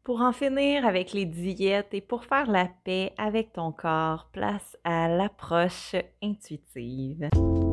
Pour en finir avec les diètes et pour faire la paix avec ton corps, place à l'approche intuitive.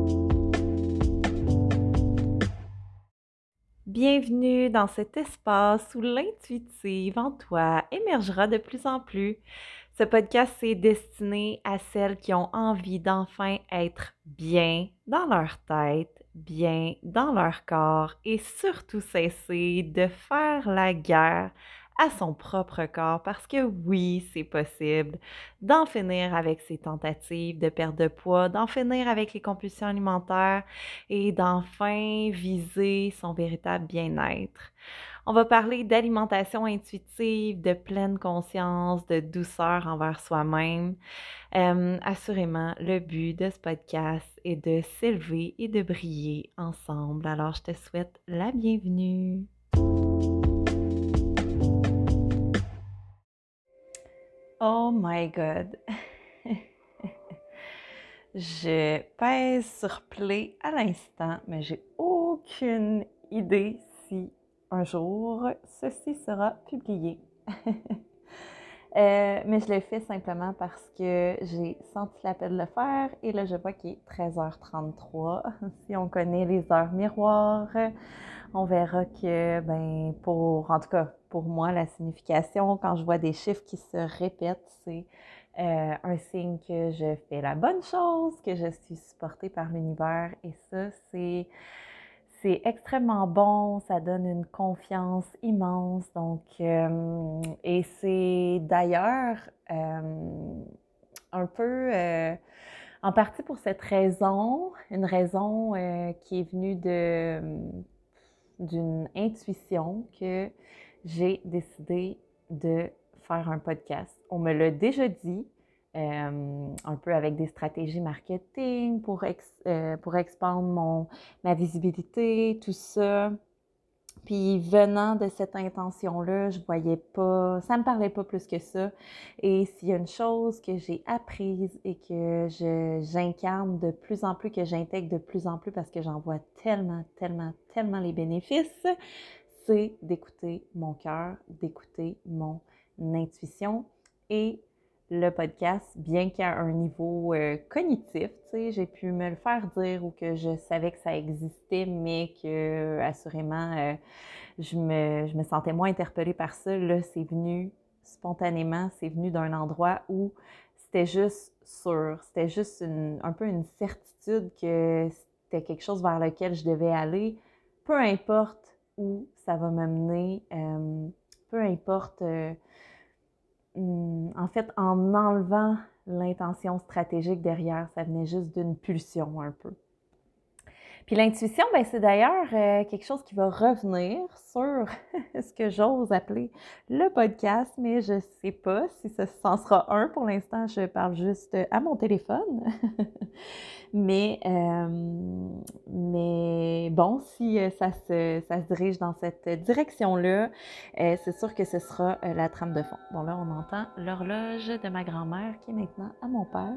Bienvenue dans cet espace où l'intuitive en toi émergera de plus en plus. Ce podcast est destiné à celles qui ont envie d'enfin être bien dans leur tête, bien dans leur corps et surtout cesser de faire la guerre à son propre corps parce que oui, c'est possible d'en finir avec ses tentatives de perte de poids, d'en finir avec les compulsions alimentaires et d'enfin viser son véritable bien-être. On va parler d'alimentation intuitive, de pleine conscience, de douceur envers soi-même. Assurément, le but de ce podcast est de s'élever et de briller ensemble. Alors, je te souhaite la bienvenue. Oh my God! Je pèse sur play à l'instant, mais j'ai aucune idée si un jour ceci sera publié. Mais je le fais simplement parce que j'ai senti l'appel de le faire et là je vois qu'il est 13h33. Si on connaît les heures miroirs, on verra que, en tout cas, pour moi, la signification, quand je vois des chiffres qui se répètent, c'est un signe que je fais la bonne chose, que je suis supportée par l'univers. Et ça, c'est extrêmement bon, ça donne une confiance immense. Donc, et c'est d'ailleurs un peu en partie pour cette raison, une raison qui est venue d'une intuition que j'ai décidé de faire un podcast. On me l'a déjà dit, un peu avec des stratégies marketing pour expandre ma visibilité, tout ça. Puis venant de cette intention-là, je voyais pas, ça me parlait pas plus que ça. Et s'il y a une chose que j'ai apprise et que j'incarne de plus en plus, que j'intègre de plus en plus parce que j'en vois tellement, tellement, tellement les bénéfices, c'est d'écouter mon cœur, d'écouter mon intuition. Et le podcast, bien qu'à un niveau cognitif, tu sais, j'ai pu me le faire dire ou que je savais que ça existait, mais que assurément je me sentais moins interpellée par ça. Là, c'est venu spontanément, c'est venu d'un endroit où c'était juste sûr, c'était juste un peu une certitude que c'était quelque chose vers lequel je devais aller, peu importe où ça va me mener, peu importe en fait, en enlevant l'intention stratégique derrière, ça venait juste d'une pulsion un peu. Puis l'intuition, c'est d'ailleurs quelque chose qui va revenir sur ce que j'ose appeler le podcast, mais je sais pas si ça s'en sera un. Pour l'instant, je parle juste à mon téléphone. mais bon, si ça se dirige dans cette direction-là, c'est sûr que ce sera la trame de fond. Bon, là, on entend l'horloge de ma grand-mère qui est maintenant à mon père.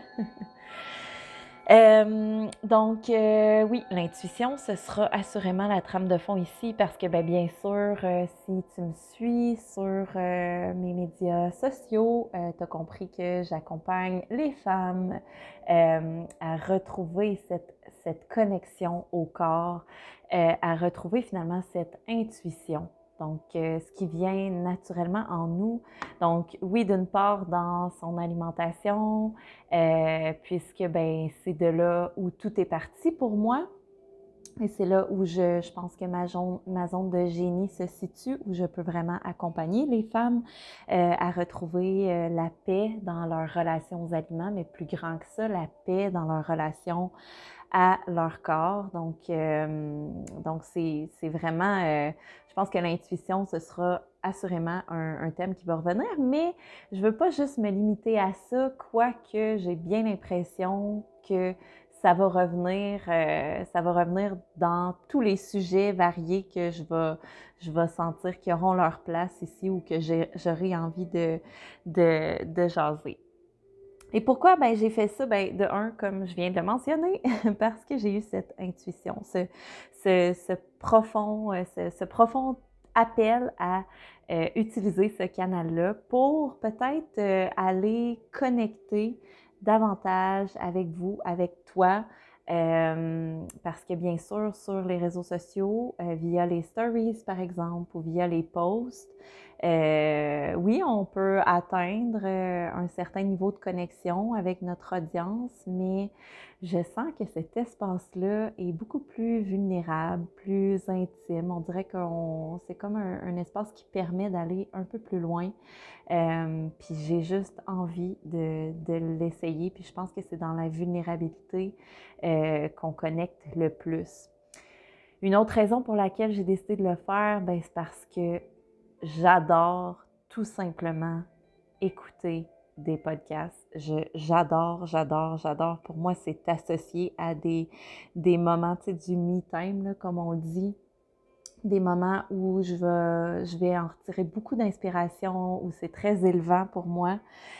Donc, oui, l'intuition, ce sera assurément la trame de fond ici parce que, bien sûr, si tu me suis sur mes médias sociaux, tu as compris que j'accompagne les femmes à retrouver cette connexion au corps, à retrouver finalement cette intuition. Donc, ce qui vient naturellement en nous. Donc, oui, d'une part, dans son alimentation, puisque c'est de là où tout est parti pour moi. Et c'est là où je pense que ma zone de génie se situe, où je peux vraiment accompagner les femmes à retrouver la paix dans leur relation aux aliments, mais plus grand que ça, la paix dans leur relation à leur corps. Donc c'est vraiment, je pense que l'intuition, ce sera assurément un thème qui va revenir, mais je veux pas juste me limiter à ça, quoique j'ai bien l'impression que ça va revenir dans tous les sujets variés que je vais sentir qui auront leur place ici ou que j'aurai envie de jaser. Et pourquoi j'ai fait ça? De un, comme je viens de le mentionner, parce que j'ai eu cette intuition, ce profond appelle à utiliser ce canal-là pour peut-être aller connecter davantage avec vous, avec toi. Parce que bien sûr, sur les réseaux sociaux, via les stories par exemple ou via les posts, oui, on peut atteindre un certain niveau de connexion avec notre audience, mais je sens que cet espace-là est beaucoup plus vulnérable, plus intime. On dirait que c'est comme un espace qui permet d'aller un peu plus loin. Puis j'ai juste envie de l'essayer. Puis je pense que c'est dans la vulnérabilité qu'on connecte le plus. Une autre raison pour laquelle j'ai décidé de le faire, ben, c'est parce que j'adore tout simplement écouter des podcasts. J'adore, j'adore, j'adore. Pour moi, c'est associé à des moments, tu sais, du me time, là, comme on le dit. Des moments où je vais en retirer beaucoup d'inspiration, où c'est très élevant pour moi.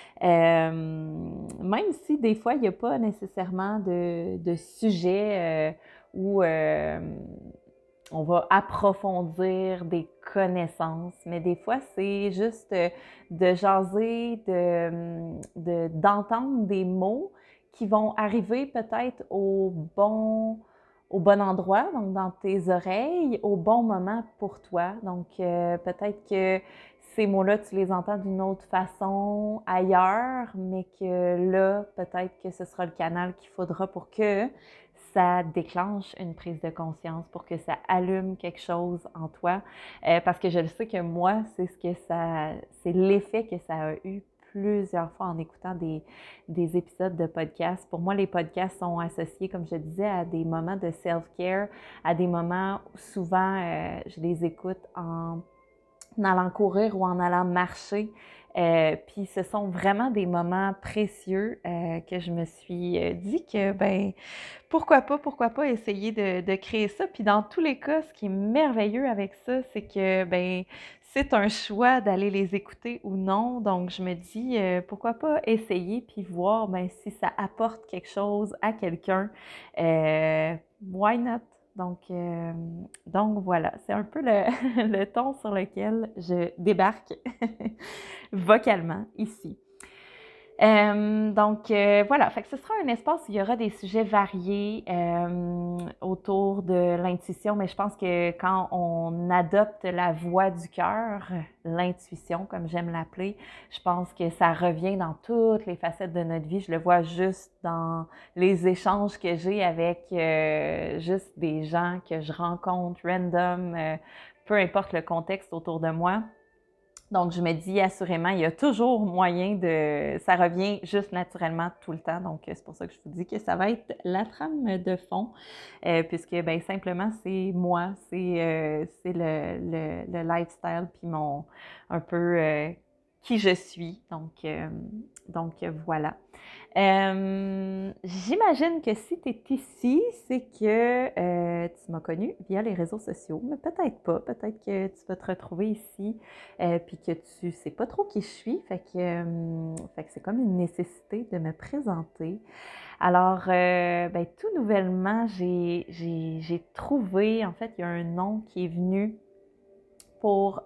Même si des fois, il n'y a pas nécessairement de sujet où on va approfondir des connaissances, mais des fois, c'est juste de jaser, d'entendre des mots qui vont arriver peut-être au bon endroit, donc dans tes oreilles, au bon moment pour toi. Donc, peut-être que ces mots-là, tu les entends d'une autre façon ailleurs, mais que là, peut-être que ce sera le canal qu'il faudra pour que ça déclenche une prise de conscience, pour que ça allume quelque chose en toi. Parce que je le sais que moi, c'est l'effet que ça a eu plusieurs fois en écoutant des épisodes de podcasts. Pour moi, les podcasts sont associés, comme je disais, à des moments de self-care, à des moments où souvent je les écoute en allant courir ou en allant marcher. Puis ce sont vraiment des moments précieux que je me suis dit que, ben, pourquoi pas essayer de créer ça. Puis dans tous les cas, ce qui est merveilleux avec ça, c'est que, ben, c'est un choix d'aller les écouter ou non. Donc, je me dis, pourquoi pas essayer puis voir, ben, si ça apporte quelque chose à quelqu'un. Why not? Donc voilà, c'est un peu le ton sur lequel je débarque vocalement ici. Voilà, fait que ce sera un espace où il y aura des sujets variés autour de l'intuition, mais je pense que quand on adopte la voix du cœur, l'intuition, comme j'aime l'appeler, je pense que ça revient dans toutes les facettes de notre vie. Je le vois juste dans les échanges que j'ai avec juste des gens que je rencontre random, peu importe le contexte autour de moi. Donc, je me dis assurément, il y a toujours moyen ça revient juste naturellement tout le temps. Donc, c'est pour ça que je vous dis que ça va être la trame de fond, puisque, ben simplement, c'est moi, c'est le lifestyle, puis un peu qui je suis. Donc voilà. J'imagine que si tu es ici, c'est que tu m'as connu via les réseaux sociaux, mais peut-être pas. Peut-être que tu vas te retrouver ici puis que tu sais pas trop qui je suis. Fait que c'est comme une nécessité de me présenter. Alors, ben, tout nouvellement, j'ai trouvé, en fait, il y a un nom qui est venu pour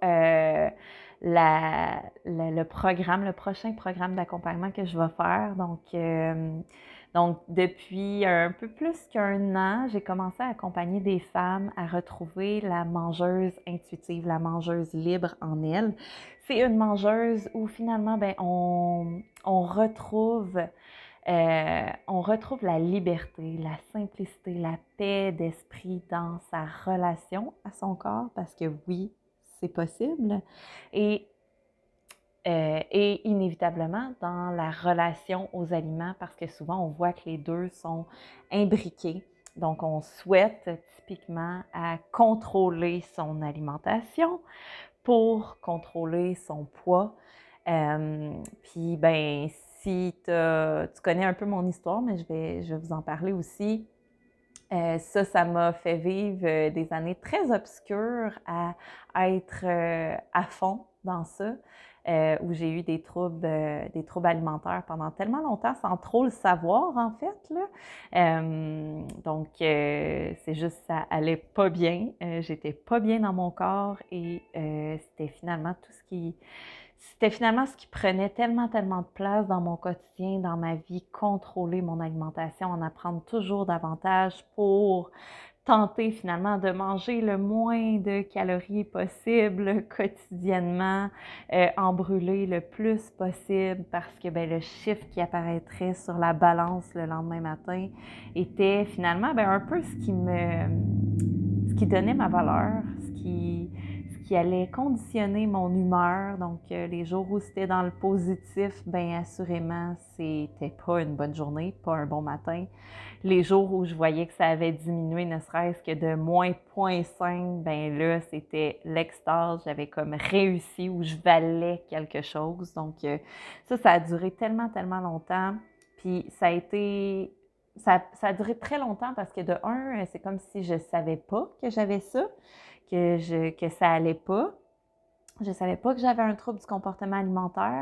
le programme, le prochain programme d'accompagnement que je vais faire. Donc, depuis un peu plus qu'un an, j'ai commencé à accompagner des femmes à retrouver la mangeuse intuitive, la mangeuse libre en elles. C'est une mangeuse où finalement, ben, on retrouve la liberté, la simplicité, la paix d'esprit dans sa relation à son corps, parce que oui, c'est possible. Et inévitablement dans la relation aux aliments, parce que souvent on voit que les deux sont imbriqués. Donc, on souhaite typiquement à contrôler son alimentation pour contrôler son poids. Puis, ben, si tu connais un peu mon histoire, mais je vais vous en parler aussi. Ça m'a fait vivre des années très obscures à être à fond dans ça, où j'ai eu des troubles alimentaires pendant tellement longtemps sans trop le savoir, en fait, là. Donc, c'est juste, ça allait pas bien. J'étais pas bien dans mon corps et c'était finalement ce qui prenait tellement, tellement de place dans mon quotidien, dans ma vie, contrôler mon alimentation, en apprendre toujours davantage pour tenter finalement de manger le moins de calories possible quotidiennement, en brûler le plus possible parce que ben, le chiffre qui apparaîtrait sur la balance le lendemain matin était finalement ben, un peu ce qui donnait ma valeur, ce qui allait conditionner mon humeur. Donc, les jours où c'était dans le positif, bien assurément, c'était pas une bonne journée, pas un bon matin. Les jours où je voyais que ça avait diminué, ne serait-ce que de moins 0,5, ben là, c'était l'extase. J'avais comme réussi ou je valais quelque chose. Donc, ça a duré tellement, tellement longtemps. Puis, ça a duré très longtemps parce que de un, c'est comme si je savais pas que j'avais ça, que ça allait pas. Je savais pas que j'avais un trouble du comportement alimentaire.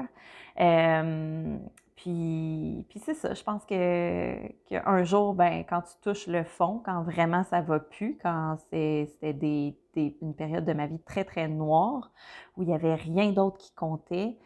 Puis c'est ça, je pense qu'un jour, ben, quand tu touches le fond, quand vraiment ça va plus, quand c'était une période de ma vie très, très noire, où il n'y avait rien d'autre qui comptait,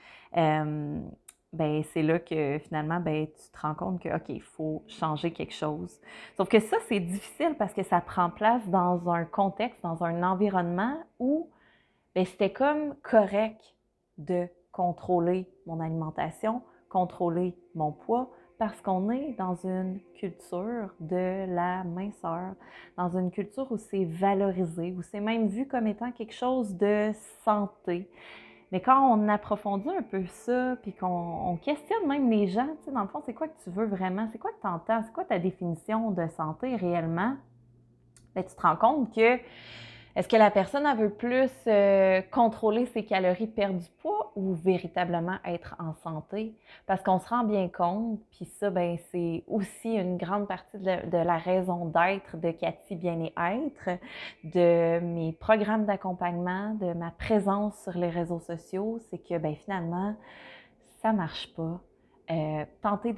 ben, c'est là que finalement, ben, tu te rends compte que, OK, il faut changer quelque chose. Sauf que ça, c'est difficile parce que ça prend place dans un contexte, dans un environnement où bien, c'était comme correct de contrôler mon alimentation, contrôler mon poids, parce qu'on est dans une culture de la minceur, dans une culture où c'est valorisé, où c'est même vu comme étant quelque chose de santé. Mais quand on approfondit un peu ça, puis qu'on questionne même les gens, tu sais, dans le fond, c'est quoi que tu veux vraiment? C'est quoi que tu entends? C'est quoi ta définition de santé réellement? Bien, tu te rends compte que est-ce que la personne elle veut plus contrôler ses calories, perdre du poids ou véritablement être en santé? Parce qu'on se rend bien compte, puis ça, ben, c'est aussi une grande partie de la raison d'être de Cathy Bien-être, de mes programmes d'accompagnement, de ma présence sur les réseaux sociaux, c'est que ben, finalement, ça marche pas. Tenter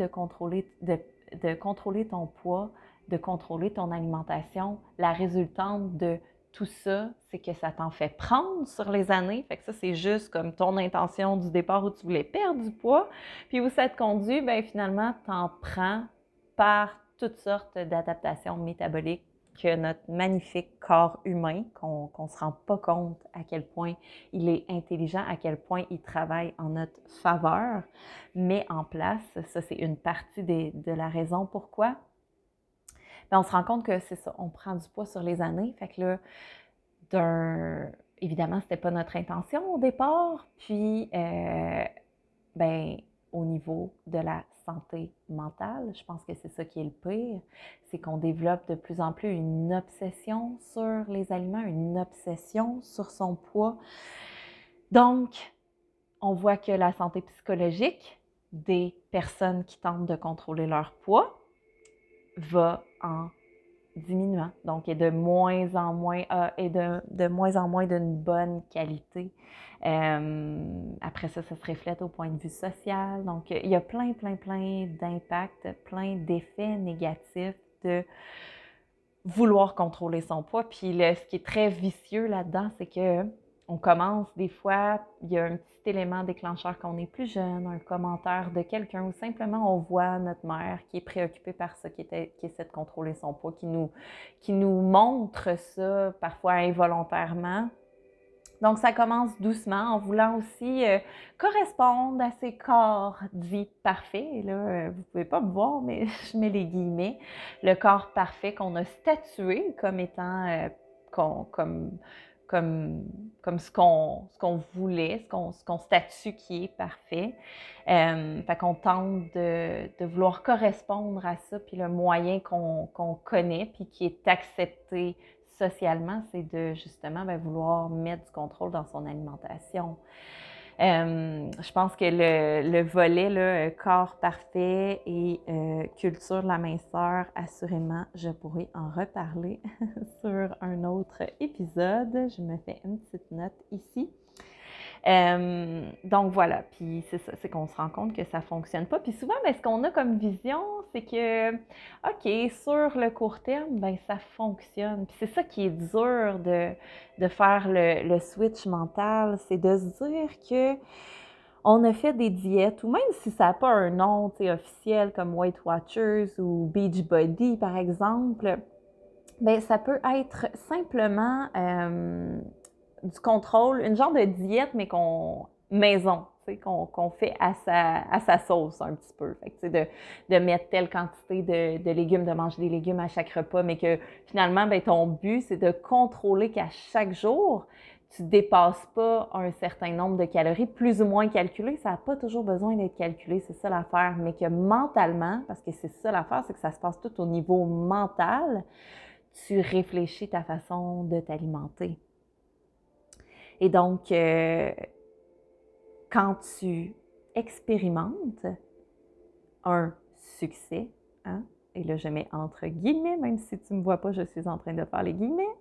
de contrôler ton poids, de contrôler ton alimentation, la résultante de tout ça, c'est que ça t'en fait prendre sur les années. Fait que ça, c'est juste comme ton intention du départ où tu voulais perdre du poids. Puis où ça te conduit, bien finalement, t'en prends par toutes sortes d'adaptations métaboliques que notre magnifique corps humain, qu'on ne se rend pas compte à quel point il est intelligent, à quel point il travaille en notre faveur, met en place. Ça, c'est une partie de la raison pourquoi. Bien, on se rend compte que c'est ça, on prend du poids sur les années. Fait que là, évidemment, c'était pas notre intention au départ. Puis, ben, au niveau de la santé mentale, je pense que c'est ça qui est le pire, c'est qu'on développe de plus en plus une obsession sur les aliments, une obsession sur son poids. Donc, on voit que la santé psychologique des personnes qui tentent de contrôler leur poids va en diminuant, donc est de moins en moins, de moins en moins d'une bonne qualité. Après ça, ça se reflète au point de vue social. Donc, il y a plein, plein, plein d'impacts, plein d'effets négatifs de vouloir contrôler son poids. Puis ce qui est très vicieux là-dedans, c'est que on commence des fois, il y a un petit élément déclencheur quand on est plus jeune, un commentaire de quelqu'un ou simplement on voit notre mère qui est préoccupée par ça, qui essaie de contrôler son poids, qui nous montre ça parfois involontairement. Donc, ça commence doucement en voulant aussi correspondre à ces corps dits parfaits. Et là, vous ne pouvez pas me voir, mais je mets les guillemets. Le corps parfait qu'on a statué comme étant comme ce qu'on voulait, ce qu'on statue qui est parfait. Fait qu'on tente de vouloir correspondre à ça, puis le moyen qu'on connaît, puis qui est accepté socialement, c'est de justement vouloir mettre du contrôle dans son alimentation. Je pense que le volet là, corps parfait et culture de la minceur, assurément, je pourrais en reparler sur un autre épisode. Je me fais une petite note ici. Donc voilà, puis c'est ça, c'est qu'on se rend compte que ça ne fonctionne pas. Puis souvent, ben, ce qu'on a comme vision, c'est que, OK, sur le court terme, ben, ça fonctionne. Puis c'est ça qui est dur de faire le switch mental, c'est de se dire que on a fait des diètes, ou même si ça n'a pas un nom officiel comme Weight Watchers ou Beachbody, par exemple, ben, ça peut être simplement du contrôle, une genre de diète, mais qu'on maison, qu'on fait à sa sauce un petit peu. Fait que, de mettre telle quantité de légumes, de manger des légumes à chaque repas, mais que finalement, ben, ton but, c'est de contrôler qu'à chaque jour, tu ne dépasses pas un certain nombre de calories, plus ou moins calculées. Ça n'a pas toujours besoin d'être calculé, c'est ça l'affaire, mais que mentalement, parce que c'est ça l'affaire, c'est que ça se passe tout au niveau mental, tu réfléchis ta façon de t'alimenter. Et donc, quand tu expérimentes un succès, hein, et là je mets entre guillemets, même si tu ne me vois pas, je suis en train de faire les guillemets,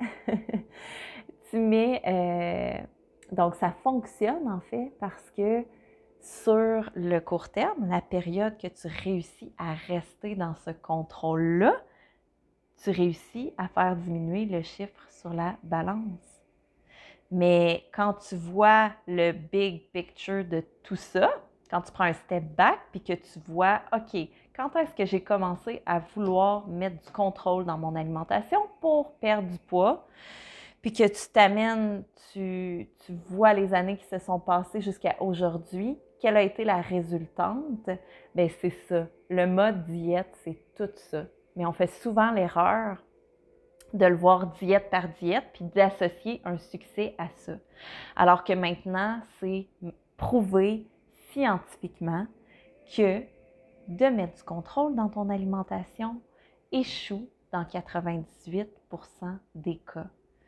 tu mets, donc ça fonctionne en fait parce que sur le court terme, la période que tu réussis à rester dans ce contrôle-là, tu réussis à faire diminuer le chiffre sur la balance. Mais quand tu vois le big picture de tout ça, quand tu prends un step back puis que tu vois, OK, quand est-ce que j'ai commencé à vouloir mettre du contrôle dans mon alimentation pour perdre du poids, puis que tu t'amènes, tu vois les années qui se sont passées jusqu'à aujourd'hui, quelle a été la résultante? Bien, c'est ça. Le mode diète, c'est tout ça. Mais on fait souvent l'erreur de le voir diète par diète, puis d'associer un succès à ça. Alors que maintenant, c'est prouvé scientifiquement que de mettre du contrôle dans ton alimentation échoue dans 98% des cas.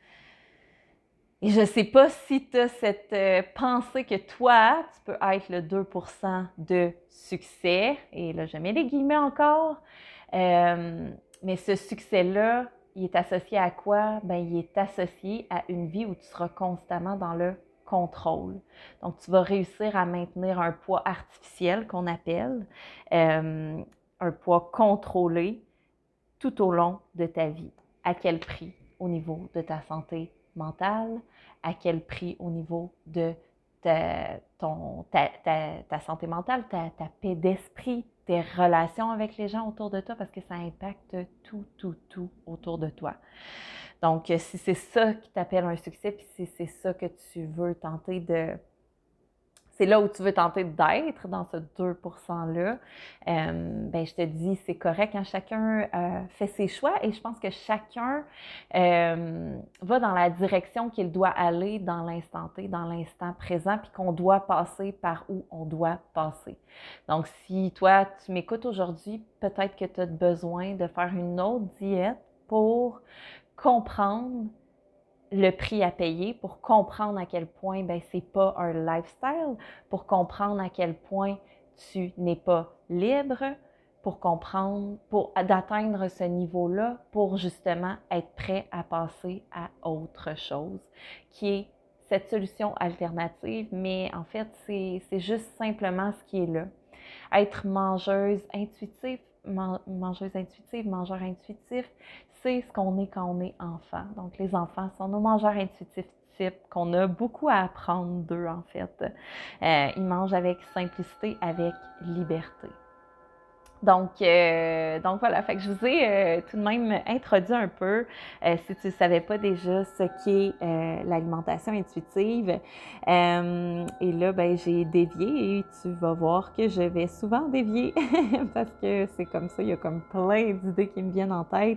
Et je ne sais pas si tu as cette pensée que toi, tu peux être le 2% de succès, et là je mets les guillemets encore, mais ce succès-là, il est associé à quoi? Bien, il est associé à une vie où tu seras constamment dans le contrôle. Donc, tu vas réussir à maintenir un poids artificiel qu'on appelle, un poids contrôlé tout au long de ta vie. À quel prix? Au niveau de ta santé mentale, à quel prix au niveau de ta santé mentale, ta paix d'esprit, tes relations avec les gens autour de toi, parce que ça impacte tout autour de toi. Donc, si c'est ça qui t'appelle un succès, puis si c'est ça que tu veux tenter de... C'est là où tu veux tenter d'être, dans ce 2%-là, ben, je te dis, c'est correct quand chacun fait ses choix et je pense que chacun va dans la direction qu'il doit aller dans l'instant T, dans l'instant présent, puis qu'on doit passer par où on doit passer. Donc, si toi, tu m'écoutes aujourd'hui, peut-être que tu as besoin de faire une autre diète pour comprendre le prix à payer, pour comprendre à quel point ben, c'est pas un lifestyle, pour comprendre à quel point tu n'es pas libre, pour comprendre, pour d'atteindre ce niveau-là, pour justement être prêt à passer à autre chose, qui est cette solution alternative, mais en fait, c'est juste simplement ce qui est là. Être mangeuse intuitive, mangeur intuitif, c'est ce qu'on est quand on est enfant. Donc, les enfants sont nos mangeurs intuitifs type qu'on a beaucoup à apprendre d'eux, en fait. Ils mangent avec simplicité, avec liberté. Donc voilà, fait que je vous ai tout de même introduit un peu, si tu ne savais pas déjà ce qu'est l'alimentation intuitive. Et là, ben, j'ai dévié et tu vas voir que je vais souvent dévier parce que c'est comme ça, il y a comme plein d'idées qui me viennent en tête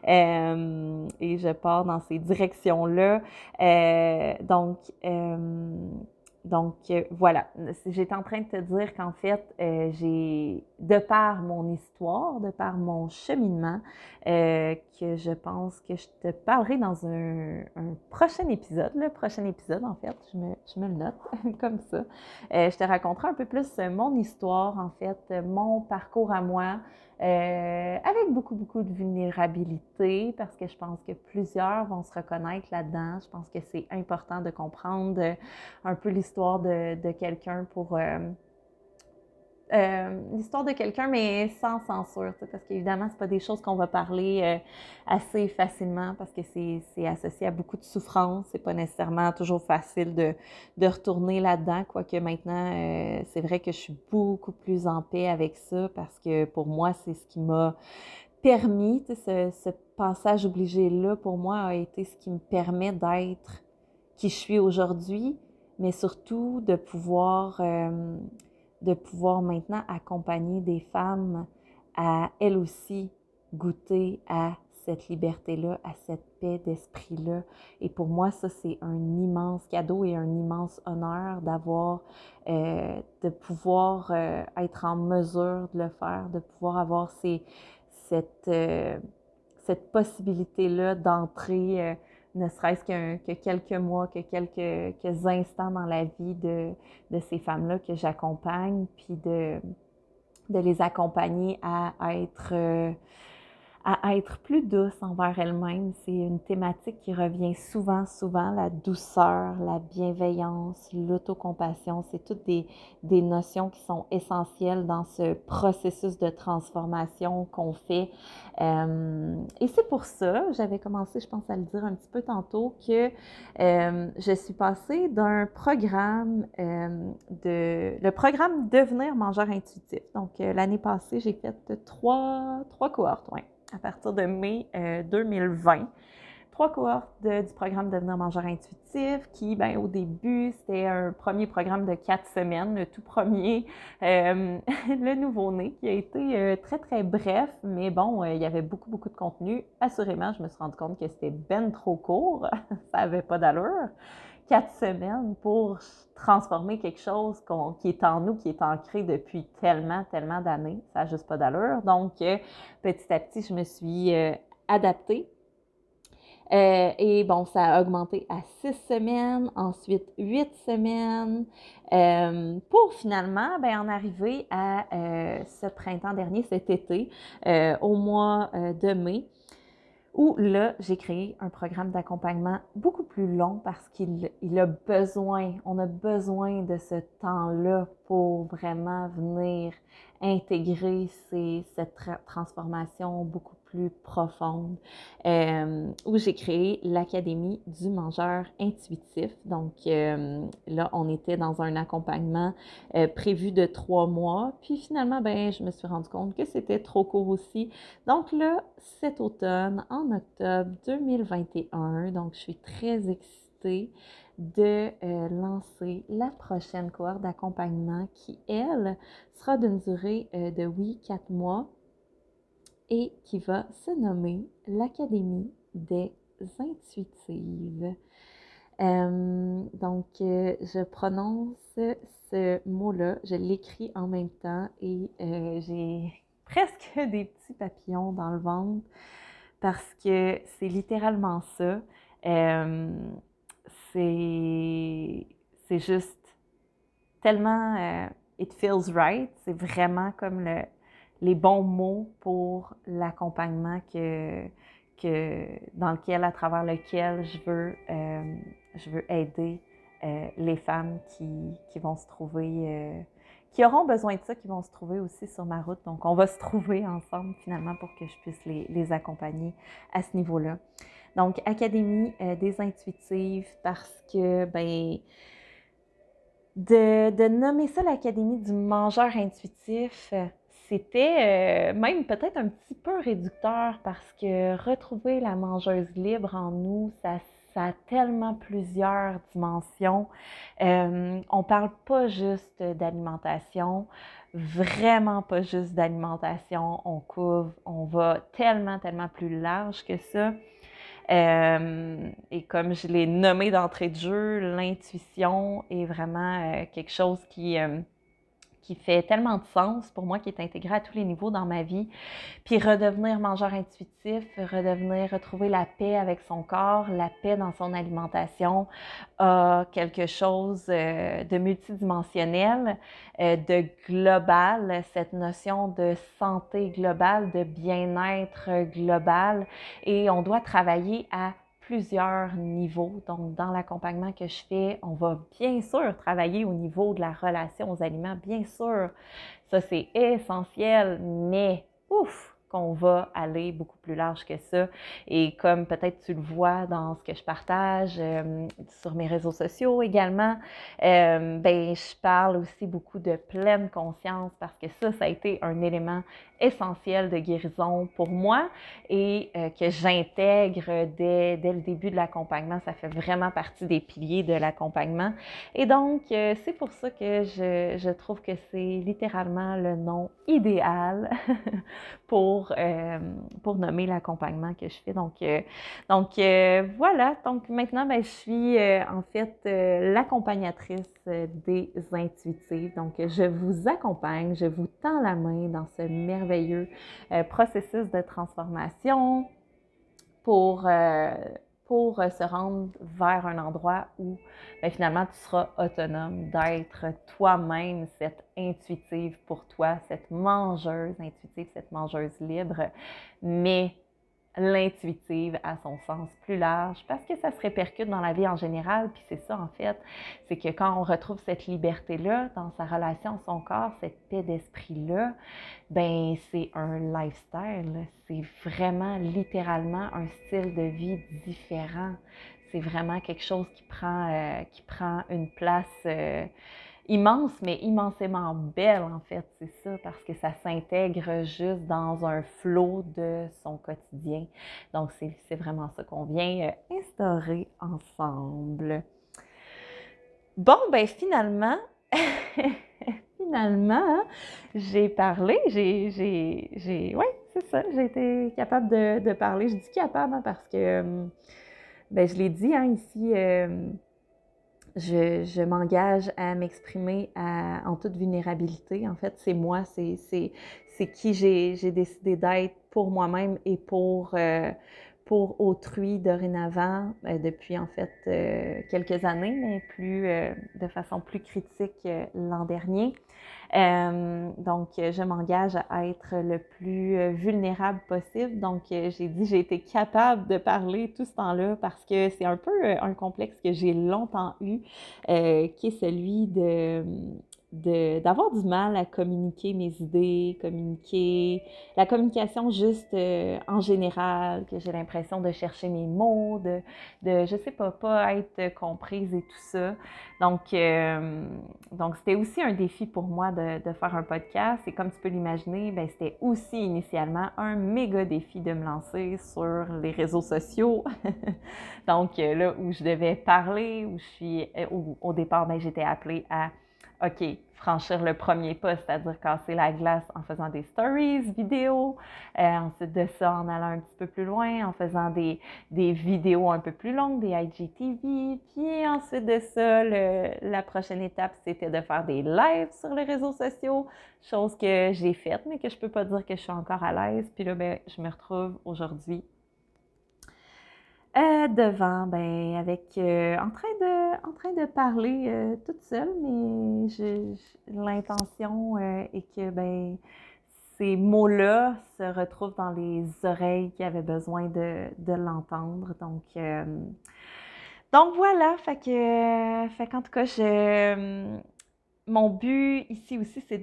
et je pars dans ces directions-là. Donc, voilà, j'étais en train de te dire qu'en fait, de par mon histoire, de par mon cheminement, que je pense que je te parlerai dans un prochain épisode, en fait, je me le note comme ça, je te raconterai un peu plus mon histoire, en fait, mon parcours à moi, avec beaucoup, beaucoup de vulnérabilité, parce que je pense que plusieurs vont se reconnaître là-dedans. Je pense que c'est important de comprendre un peu l'histoire de quelqu'un pour... l'histoire de quelqu'un, mais sans censure, parce qu'évidemment, c'est pas des choses qu'on va parler assez facilement parce que c'est associé à beaucoup de souffrance. C'est pas nécessairement toujours facile de retourner là-dedans, quoique maintenant, c'est vrai que je suis beaucoup plus en paix avec ça parce que pour moi, c'est ce qui m'a permis, ce passage obligé-là, pour moi, a été ce qui me permet d'être qui je suis aujourd'hui, mais surtout de pouvoir maintenant accompagner des femmes à elles aussi goûter à cette liberté-là, à cette paix d'esprit-là. Et pour moi, ça, c'est un immense cadeau et un immense honneur de pouvoir être en mesure de le faire, de pouvoir avoir cette, cette possibilité-là d'entrer, ne serait-ce que quelques mois, que quelques instants dans la vie de ces femmes-là que j'accompagne, puis de les accompagner à être plus douce envers elles-mêmes. C'est une thématique qui revient souvent, souvent, la douceur, la bienveillance, l'autocompassion. C'est toutes des notions qui sont essentielles dans ce processus de transformation qu'on fait. Et c'est pour ça, j'avais commencé, je pense à le dire un petit peu tantôt, que je suis passée d'un programme, le programme Devenir mangeur intuitif. Donc, l'année passée, j'ai fait trois cohortes, ouais, à partir de mai 2020. 3 cohortes du programme Devenir mangeur intuitif qui, ben, au début, c'était un premier programme de 4 semaines, le tout premier, le nouveau-né, qui a été très, très bref, mais bon, il y avait beaucoup, beaucoup de contenu. Assurément, je me suis rendu compte que c'était ben trop court, ça n'avait pas d'allure. 4 semaines pour transformer quelque chose qui est en nous, qui est ancré depuis tellement, tellement d'années, ça n'a juste pas d'allure. Donc, petit à petit, je me suis adaptée. Et bon, ça a augmenté à 6 semaines, ensuite 8 semaines, pour finalement en arriver à ce printemps dernier, cet été, au mois de mai, où là, j'ai créé un programme d'accompagnement beaucoup plus long parce on a besoin de ce temps-là pour vraiment venir intégrer cette transformation beaucoup plus profonde, où j'ai créé l'Académie du mangeur intuitif. Donc là, on était dans un accompagnement prévu de 3 mois, puis finalement, je me suis rendu compte que c'était trop court aussi. Donc là, cet automne, en octobre 2021, donc je suis très excitée de lancer la prochaine cohorte d'accompagnement qui, elle, sera d'une durée de 4 mois et qui va se nommer l'Académie des intuitives. Donc, je prononce ce mot-là, je l'écris en même temps et j'ai presque des petits papillons dans le ventre parce que c'est littéralement ça. C'est juste tellement it feels right. C'est vraiment comme les bons mots pour l'accompagnement à travers lequel je veux aider les femmes qui vont se trouver, qui auront besoin de ça, qui vont se trouver aussi sur ma route. Donc, on va se trouver ensemble finalement pour que je puisse les accompagner à ce niveau-là. Donc, Académie des intuitives parce que, de nommer ça l'Académie du mangeur intuitif, c'était même peut-être un petit peu réducteur parce que retrouver la mangeuse libre en nous, ça a tellement plusieurs dimensions. On parle pas juste d'alimentation, vraiment pas juste d'alimentation. On va tellement, tellement plus large que ça. Et comme je l'ai nommé d'entrée de jeu, l'intuition est vraiment quelque chose qui qui fait tellement de sens pour moi, qui est intégré à tous les niveaux dans ma vie. Puis redevenir mangeur intuitif, retrouver la paix avec son corps, la paix dans son alimentation, a quelque chose de multidimensionnel, de global, cette notion de santé globale, de bien-être global. Et on doit travailler à plusieurs niveaux. Donc, dans l'accompagnement que je fais, on va bien sûr travailler au niveau de la relation aux aliments, bien sûr. Ça, c'est essentiel, mais ouf! Qu'on va aller beaucoup plus large que ça. Et comme peut-être tu le vois dans ce que je partage sur mes réseaux sociaux également, ben, je parle aussi beaucoup de pleine conscience parce que ça a été un élément essentiel de guérison pour moi et que j'intègre dès le début de l'accompagnement. Ça fait vraiment partie des piliers de l'accompagnement. Et donc, c'est pour ça que je trouve que c'est littéralement le nom idéal pour nommer l'accompagnement que je fais. Donc voilà. Donc maintenant, ben, je suis en fait l'accompagnatrice des intuitives. Donc, je vous accompagne, je vous tends la main dans ce merveilleux processus de transformation pour se rendre vers un endroit où bien, finalement tu seras autonome, d'être toi-même cette intuitive pour toi, cette mangeuse intuitive, cette mangeuse libre, mais l'intuitive à son sens plus large parce que ça se répercute dans la vie en général. Puis c'est ça en fait, c'est que quand on retrouve cette liberté-là dans sa relation à son corps, cette paix d'esprit-là, ben c'est un lifestyle, c'est vraiment littéralement un style de vie différent. C'est vraiment quelque chose qui prend une place immense, mais immensément belle, en fait, c'est ça, parce que ça s'intègre juste dans un flot de son quotidien. Donc, c'est vraiment ça qu'on vient instaurer ensemble. Bon, ben finalement, finalement, j'ai parlé, ouais, c'est ça, j'ai été capable de parler. Je dis capable parce que, ben, je l'ai dit hein, ici, je m'engage à m'exprimer en toute vulnérabilité. En fait, c'est moi, c'est qui j'ai décidé d'être pour moi-même et pour autrui dorénavant, depuis en fait quelques années, mais de façon plus critique l'an dernier. Donc, je m'engage à être le plus vulnérable possible. Donc, j'ai été capable de parler tout ce temps-là parce que c'est un peu un complexe que j'ai longtemps eu, qui est celui d'avoir du mal à communiquer mes idées, la communication juste en général, que j'ai l'impression de chercher mes mots, je sais pas être comprise et tout ça. Donc c'était aussi un défi pour moi de faire un podcast et comme tu peux l'imaginer, ben, c'était aussi initialement un méga défi de me lancer sur les réseaux sociaux. Donc là où je devais parler, où au départ, ben, j'étais appelée à OK, franchir le premier pas, c'est-à-dire casser la glace en faisant des stories, vidéos, ensuite de ça, en allant un petit peu plus loin, en faisant des vidéos un peu plus longues, des IGTV, puis ensuite de ça, la prochaine étape, c'était de faire des lives sur les réseaux sociaux, chose que j'ai faite, mais que je peux pas dire que je suis encore à l'aise. Puis là, ben, je me retrouve aujourd'hui devant, ben, en train de parler toute seule, mais l'intention est que, ben, ces mots-là se retrouvent dans les oreilles qui avaient besoin de l'entendre. Donc voilà, fait qu'en tout cas, mon but ici aussi, c'est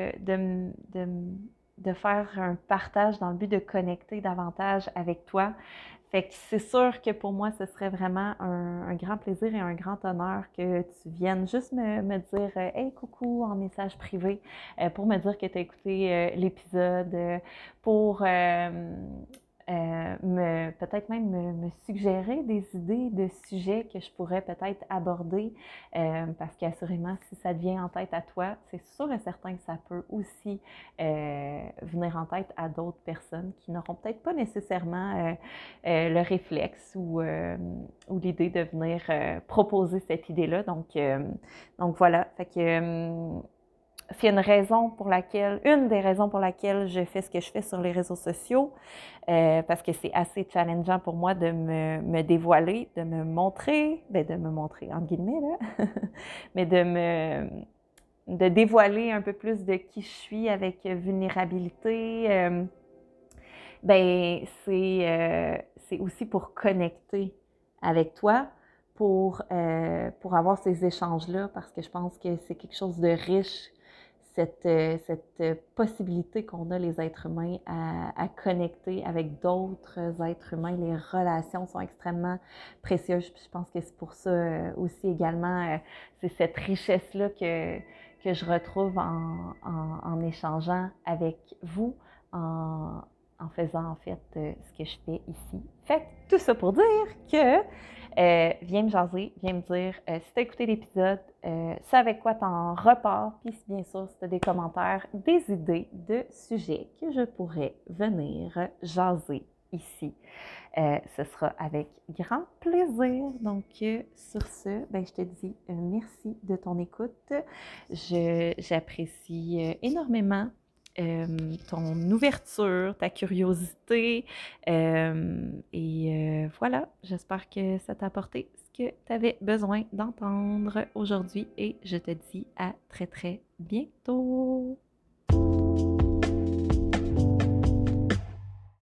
de faire un partage dans le but de connecter davantage avec toi. Fait que c'est sûr que pour moi, ce serait vraiment un grand plaisir et un grand honneur que tu viennes juste me dire hey, coucou en message privé pour me dire que tu as écouté l'épisode, pour peut-être même me suggérer des idées de sujets que je pourrais peut-être aborder parce qu'assurément, si ça te vient en tête à toi, c'est sûr et certain que ça peut aussi venir en tête à d'autres personnes qui n'auront peut-être pas nécessairement le réflexe ou l'idée de venir proposer cette idée-là. Donc voilà, s'il y a une des raisons pour laquelle je fais ce que je fais sur les réseaux sociaux, parce que c'est assez challengeant pour moi de me dévoiler, de me montrer, entre guillemets, là, mais de dévoiler un peu plus de qui je suis avec vulnérabilité. Ben, c'est aussi pour connecter avec toi, pour avoir ces échanges-là, parce que je pense que c'est quelque chose de riche, cette possibilité qu'on a, les êtres humains, à connecter avec d'autres êtres humains. Les relations sont extrêmement précieuses. Puis je pense que c'est pour ça aussi également, c'est cette richesse-là que je retrouve en échangeant avec vous, en faisant en fait ce que je fais ici. Fait que tout ça pour dire que viens me jaser, viens me dire si tu as écouté l'épisode, c'est avec quoi t'en repars, puis bien sûr si tu as des commentaires, des idées de sujets que je pourrais venir jaser ici. Ce sera avec grand plaisir. Donc, sur ce, ben, je te dis merci de ton écoute. J'apprécie énormément ton ouverture, ta curiosité. Et voilà, j'espère que ça t'a apporté ce que tu avais besoin d'entendre aujourd'hui et je te dis à très très bientôt.